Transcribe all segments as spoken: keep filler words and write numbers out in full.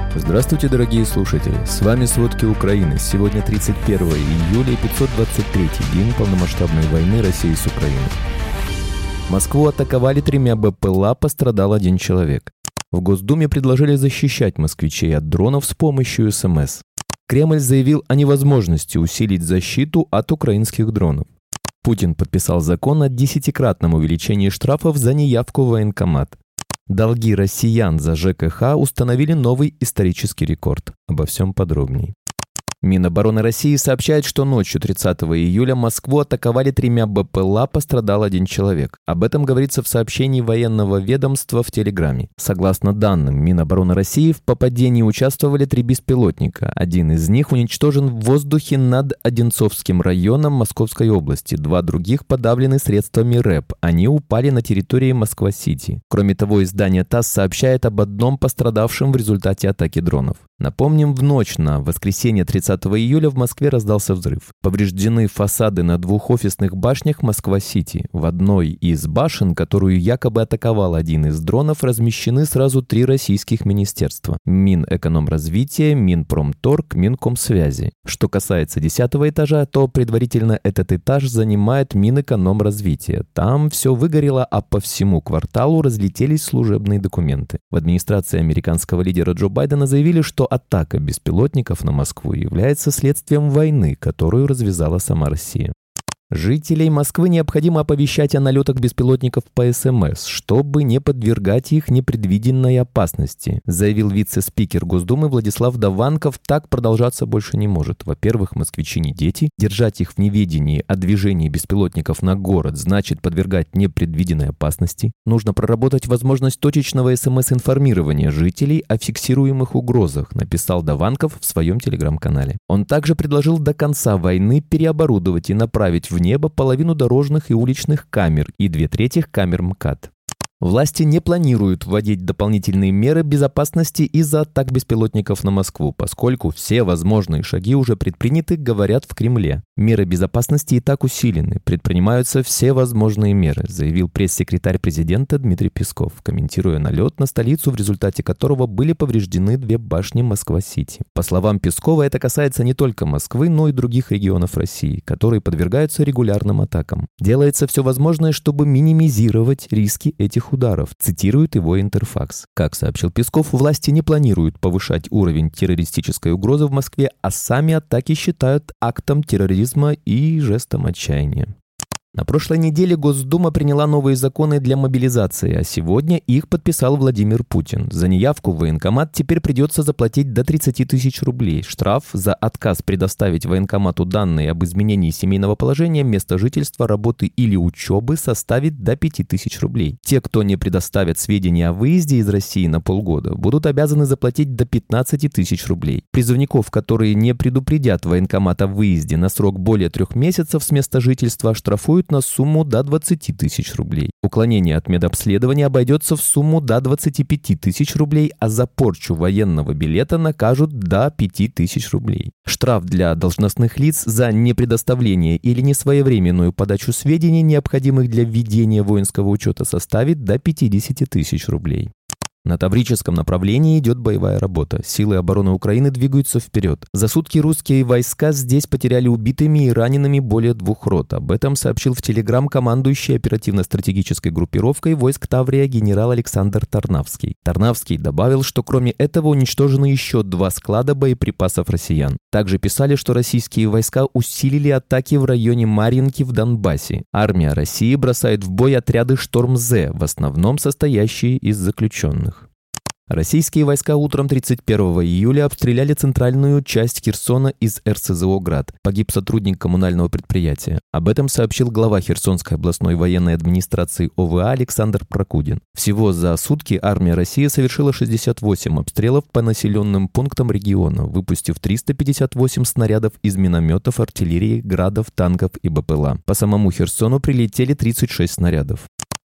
Здравствуйте, дорогие слушатели! С вами «Сводки Украины». Сегодня тридцать первое июля, пятьсот двадцать третий день полномасштабной войны России с Украиной. Москву атаковали тремя БПЛА, пострадал один человек. В Госдуме предложили защищать москвичей от дронов с помощью СМС. Кремль заявил о невозможности усилить защиту от украинских дронов. Путин подписал закон о десятикратном увеличении штрафов за неявку в военкомат. Долги россиян за ЖКХ установили новый исторический рекорд. Обо всем подробней. Минобороны России сообщает, что ночью тридцатого июля Москву атаковали тремя БПЛА, пострадал один человек. Об этом говорится в сообщении военного ведомства в Телеграме. Согласно данным Минобороны России, в попадении участвовали три беспилотника. Один из них уничтожен в воздухе над Одинцовским районом Московской области. Два других подавлены средствами РЭП. Они упали на территории Москва-Сити. Кроме того, издание ТАСС сообщает об одном пострадавшем в результате атаки дронов. Напомним, в ночь на воскресенье тридцатого июля в Москве раздался взрыв. Повреждены фасады на двух офисных башнях Москва-Сити. В одной из башен, которую якобы атаковал один из дронов, размещены сразу три российских министерства: Минэкономразвития, Минпромторг, Минкомсвязи. Что касается десятого этажа, то предварительно этот этаж занимает Минэкономразвития. Там все выгорело, а по всему кварталу разлетелись служебные документы. В администрации американского лидера Джо Байдена заявили, что атака беспилотников на Москву является следствием войны, которую развязала сама Россия. Жителей Москвы необходимо оповещать о налетах беспилотников по СМС, чтобы не подвергать их непредвиденной опасности, заявил вице-спикер Госдумы Владислав Даванков. Так продолжаться больше не может. Во-первых, москвичи не дети. Держать их в неведении о движении беспилотников на город значит подвергать непредвиденной опасности. Нужно проработать возможность точечного СМС-информирования жителей о фиксируемых угрозах, написал Даванков в своем телеграм-канале. Он также предложил до конца войны переоборудовать и направить в в небо половину дорожных и уличных камер и две трети камер МКАД. Власти не планируют вводить дополнительные меры безопасности из-за атак беспилотников на Москву, поскольку все возможные шаги уже предприняты, говорят в Кремле. Меры безопасности и так усилены, предпринимаются все возможные меры, заявил пресс-секретарь президента Дмитрий Песков, комментируя налет на столицу, в результате которого были повреждены две башни Москва-Сити. По словам Пескова, это касается не только Москвы, но и других регионов России, которые подвергаются регулярным атакам. Делается все возможное, чтобы минимизировать риски этих ударов, цитирует его Интерфакс. Как сообщил Песков, власти не планируют повышать уровень террористической угрозы в Москве, а сами атаки считают актом терроризма и жестом отчаяния. На прошлой неделе Госдума приняла новые законы для мобилизации, а сегодня их подписал Владимир Путин. За неявку в военкомат теперь придется заплатить до тридцати тысяч рублей. Штраф за отказ предоставить военкомату данные об изменении семейного положения, места жительства, работы или учебы составит до пяти тысяч рублей. Те, кто не предоставят сведения о выезде из России на полгода, будут обязаны заплатить до пятнадцати тысяч рублей. Призывников, которые не предупредят военкомат о выезде на срок более трех месяцев с места жительства, штрафуют на сумму до двадцати тысяч рублей. Уклонение от медобследования обойдется в сумму до двадцати пяти тысяч рублей, а за порчу военного билета накажут до пяти тысяч рублей. Штраф для должностных лиц за непредоставление или несвоевременную подачу сведений, необходимых для введения воинского учета, составит до пятидесяти тысяч рублей. На Таврическом направлении идет боевая работа. Силы обороны Украины двигаются вперед. За сутки русские войска здесь потеряли убитыми и ранеными более двух рот. Об этом сообщил в Телеграм командующий оперативно-стратегической группировкой войск Таврия генерал Александр Тарнавский. Тарнавский добавил, что кроме этого уничтожены еще два склада боеприпасов россиян. Также писали, что российские войска усилили атаки в районе Марьинки в Донбассе. Армия России бросает в бой отряды «Шторм-З», в основном состоящие из заключенных. Российские войска утром тридцать первого июля обстреляли центральную часть Херсона из эр эс зэ о «Град». Погиб сотрудник коммунального предприятия. Об этом сообщил глава Херсонской областной военной администрации о вэ а Александр Прокудин. Всего за сутки армия России совершила шестьдесят восемь обстрелов по населенным пунктам региона, выпустив триста пятьдесят восемь снарядов из минометов, артиллерии, градов, танков и БПЛА. По самому Херсону прилетели тридцать шесть снарядов.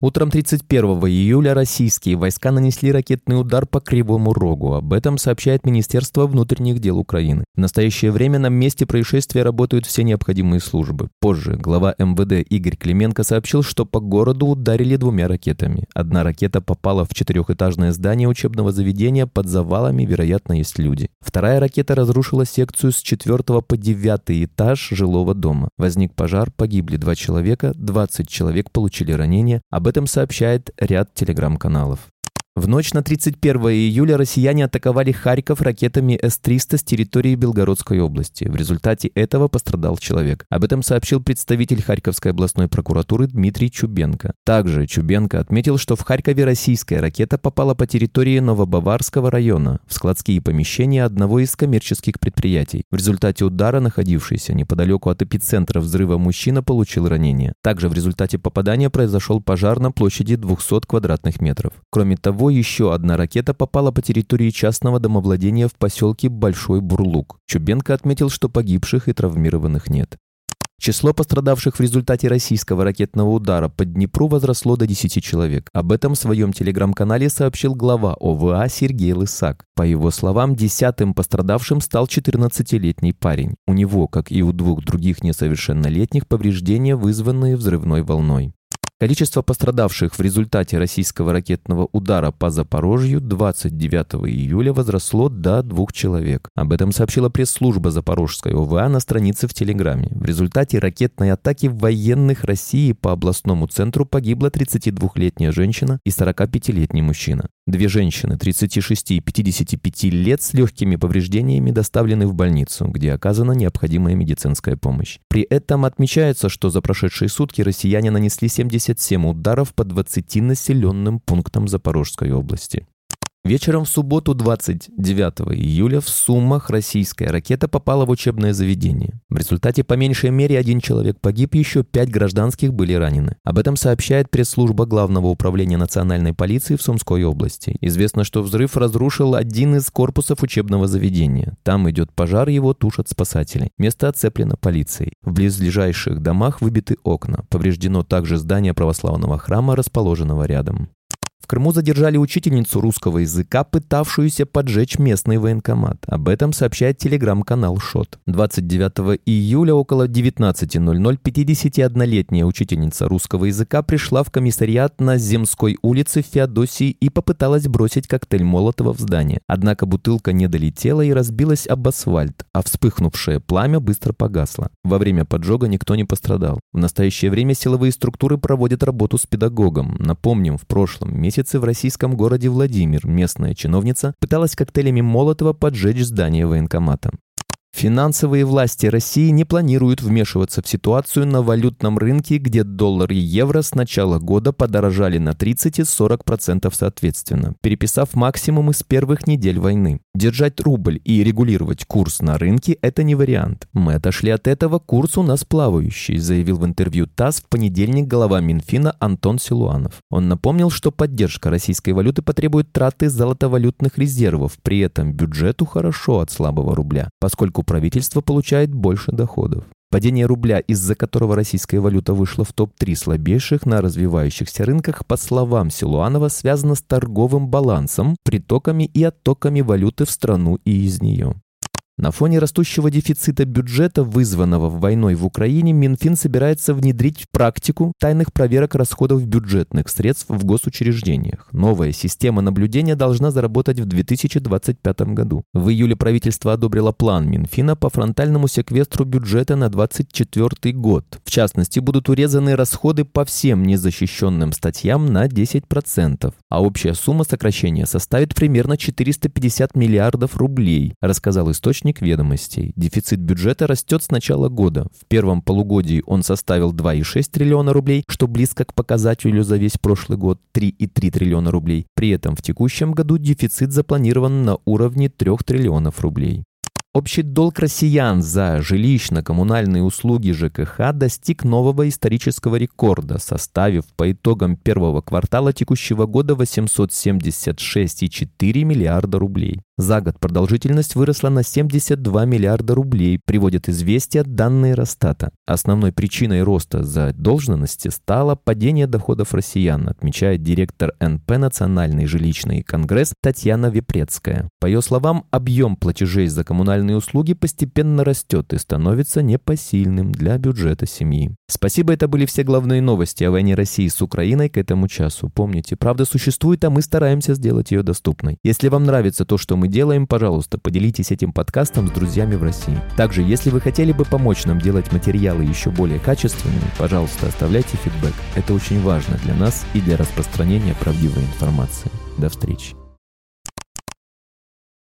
Утром тридцать первого июля российские войска нанесли ракетный удар по Кривому Рогу. Об этом сообщает Министерство внутренних дел Украины. В настоящее время на месте происшествия работают все необходимые службы. Позже глава эм вэ дэ Игорь Клименко сообщил, что по городу ударили двумя ракетами. Одна ракета попала в четырехэтажное здание учебного заведения, под завалами, вероятно, есть люди. Вторая ракета разрушила секцию с четвертого по девятый этаж жилого дома. Возник пожар, погибли два человека, двадцать человек получили ранения. Об этом сообщает ряд телеграм-каналов. В ночь на тридцать первое июля россияне атаковали Харьков ракетами эс триста с территории Белгородской области. В результате этого пострадал человек. Об этом сообщил представитель Харьковской областной прокуратуры Дмитрий Чубенко. Также Чубенко отметил, что в Харькове российская ракета попала по территории Новобаварского района в складские помещения одного из коммерческих предприятий. В результате удара находившийся неподалеку от эпицентра взрыва мужчина получил ранение. Также в результате попадания произошел пожар на площади двухсот квадратных метров. Кроме того, еще одна ракета попала по территории частного домовладения в поселке Большой Бурлук. Чубенко отметил, что погибших и травмированных нет. Число пострадавших в результате российского ракетного удара по Днепру возросло до десяти человек. Об этом в своем телеграм-канале сообщил глава о вэ а Сергей Лысак. По его словам, десятым пострадавшим стал четырнадцатилетний парень. У него, как и у двух других несовершеннолетних, повреждения, вызванные взрывной волной. Количество пострадавших в результате российского ракетного удара по Запорожью двадцать девятого июля возросло до двух человек. Об этом сообщила пресс-служба Запорожской о вэ а на странице в Телеграме. В результате ракетной атаки военных России по областному центру погибла тридцатидвухлетняя женщина и сорокапятилетний мужчина. Две женщины тридцати шести и пятидесяти пяти лет с легкими повреждениями доставлены в больницу, где оказана необходимая медицинская помощь. При этом отмечается, что за прошедшие сутки россияне нанесли семьдесят семь ударов по двадцати населенным пунктам Запорожской области. Вечером в субботу двадцать девятого июля в Сумах российская ракета попала в учебное заведение. В результате по меньшей мере один человек погиб, еще пять гражданских были ранены. Об этом сообщает пресс-служба Главного управления национальной полиции в Сумской области. Известно, что взрыв разрушил один из корпусов учебного заведения. Там идет пожар, его тушат спасатели. Место оцеплено полицией. В близлежащих домах выбиты окна. Повреждено также здание православного храма, расположенного рядом. В Крыму задержали учительницу русского языка, пытавшуюся поджечь местный военкомат. Об этом сообщает телеграм-канал ШОТ. двадцать девятого июля около девятнадцати ноль-ноль пятидесятиоднолетняя учительница русского языка пришла в комиссариат на Земской улице в Феодосии и попыталась бросить коктейль Молотова в здание. Однако бутылка не долетела и разбилась об асфальт, а вспыхнувшее пламя быстро погасло. Во время поджога никто не пострадал. В настоящее время силовые структуры проводят работу с педагогом. Напомним, в прошлом месяце в российском городе Владимир местная чиновница пыталась коктейлями Молотова поджечь здание военкомата. Финансовые власти России не планируют вмешиваться в ситуацию на валютном рынке, где доллар и евро с начала года подорожали на тридцать и сорок процентов соответственно, переписав максимум из первых недель войны. Держать рубль и регулировать курс на рынке – это не вариант. Мы отошли от этого, курс у нас плавающий, заявил в интервью ТАСС в понедельник глава Минфина Антон Силуанов. Он напомнил, что поддержка российской валюты потребует траты золотовалютных резервов, при этом бюджету хорошо от слабого рубля, поскольку правительство получает больше доходов. Падение рубля, из-за которого российская валюта вышла в топ три слабейших на развивающихся рынках, по словам Силуанова, связано с торговым балансом, притоками и оттоками валюты в страну и из нее. На фоне растущего дефицита бюджета, вызванного войной в Украине, Минфин собирается внедрить практику тайных проверок расходов бюджетных средств в госучреждениях. Новая система наблюдения должна заработать в две тысячи двадцать пятом году. В июле правительство одобрило план Минфина по фронтальному секвестру бюджета на двадцать четвёртый год. В частности, будут урезаны расходы по всем незащищенным статьям на десять процентов, а общая сумма сокращения составит примерно четыреста пятьдесят миллиардов рублей, рассказал источник «Ведомостей». Дефицит бюджета растет с начала года. В первом полугодии он составил два и шесть триллиона рублей, что близко к показателю за весь прошлый год три и три триллиона рублей. При этом в текущем году дефицит запланирован на уровне трёх триллионов рублей. Общий долг россиян за жилищно-коммунальные услуги ЖКХ достиг нового исторического рекорда, составив по итогам первого квартала текущего года восемьсот семьдесят шесть и четыре миллиарда рублей. За год продолжительность выросла на семьдесят два миллиарда рублей, приводят «Известия» данные Росстата. Основной причиной роста задолженности стало падение доходов россиян, отмечает директор эн пэ «Национальный жилищный конгресс» Татьяна Вепрецкая. По ее словам, объем платежей за коммунальные услуги постепенно растет и становится непосильным для бюджета семьи. Спасибо, это были все главные новости о войне России с Украиной к этому часу. Помните, правда существует, а мы стараемся сделать ее доступной. Если вам нравится то, что мы делаем, пожалуйста, поделитесь этим подкастом с друзьями в России. Также, если вы хотели бы помочь нам делать материалы еще более качественными, пожалуйста, оставляйте фидбэк. Это очень важно для нас и для распространения правдивой информации. До встречи.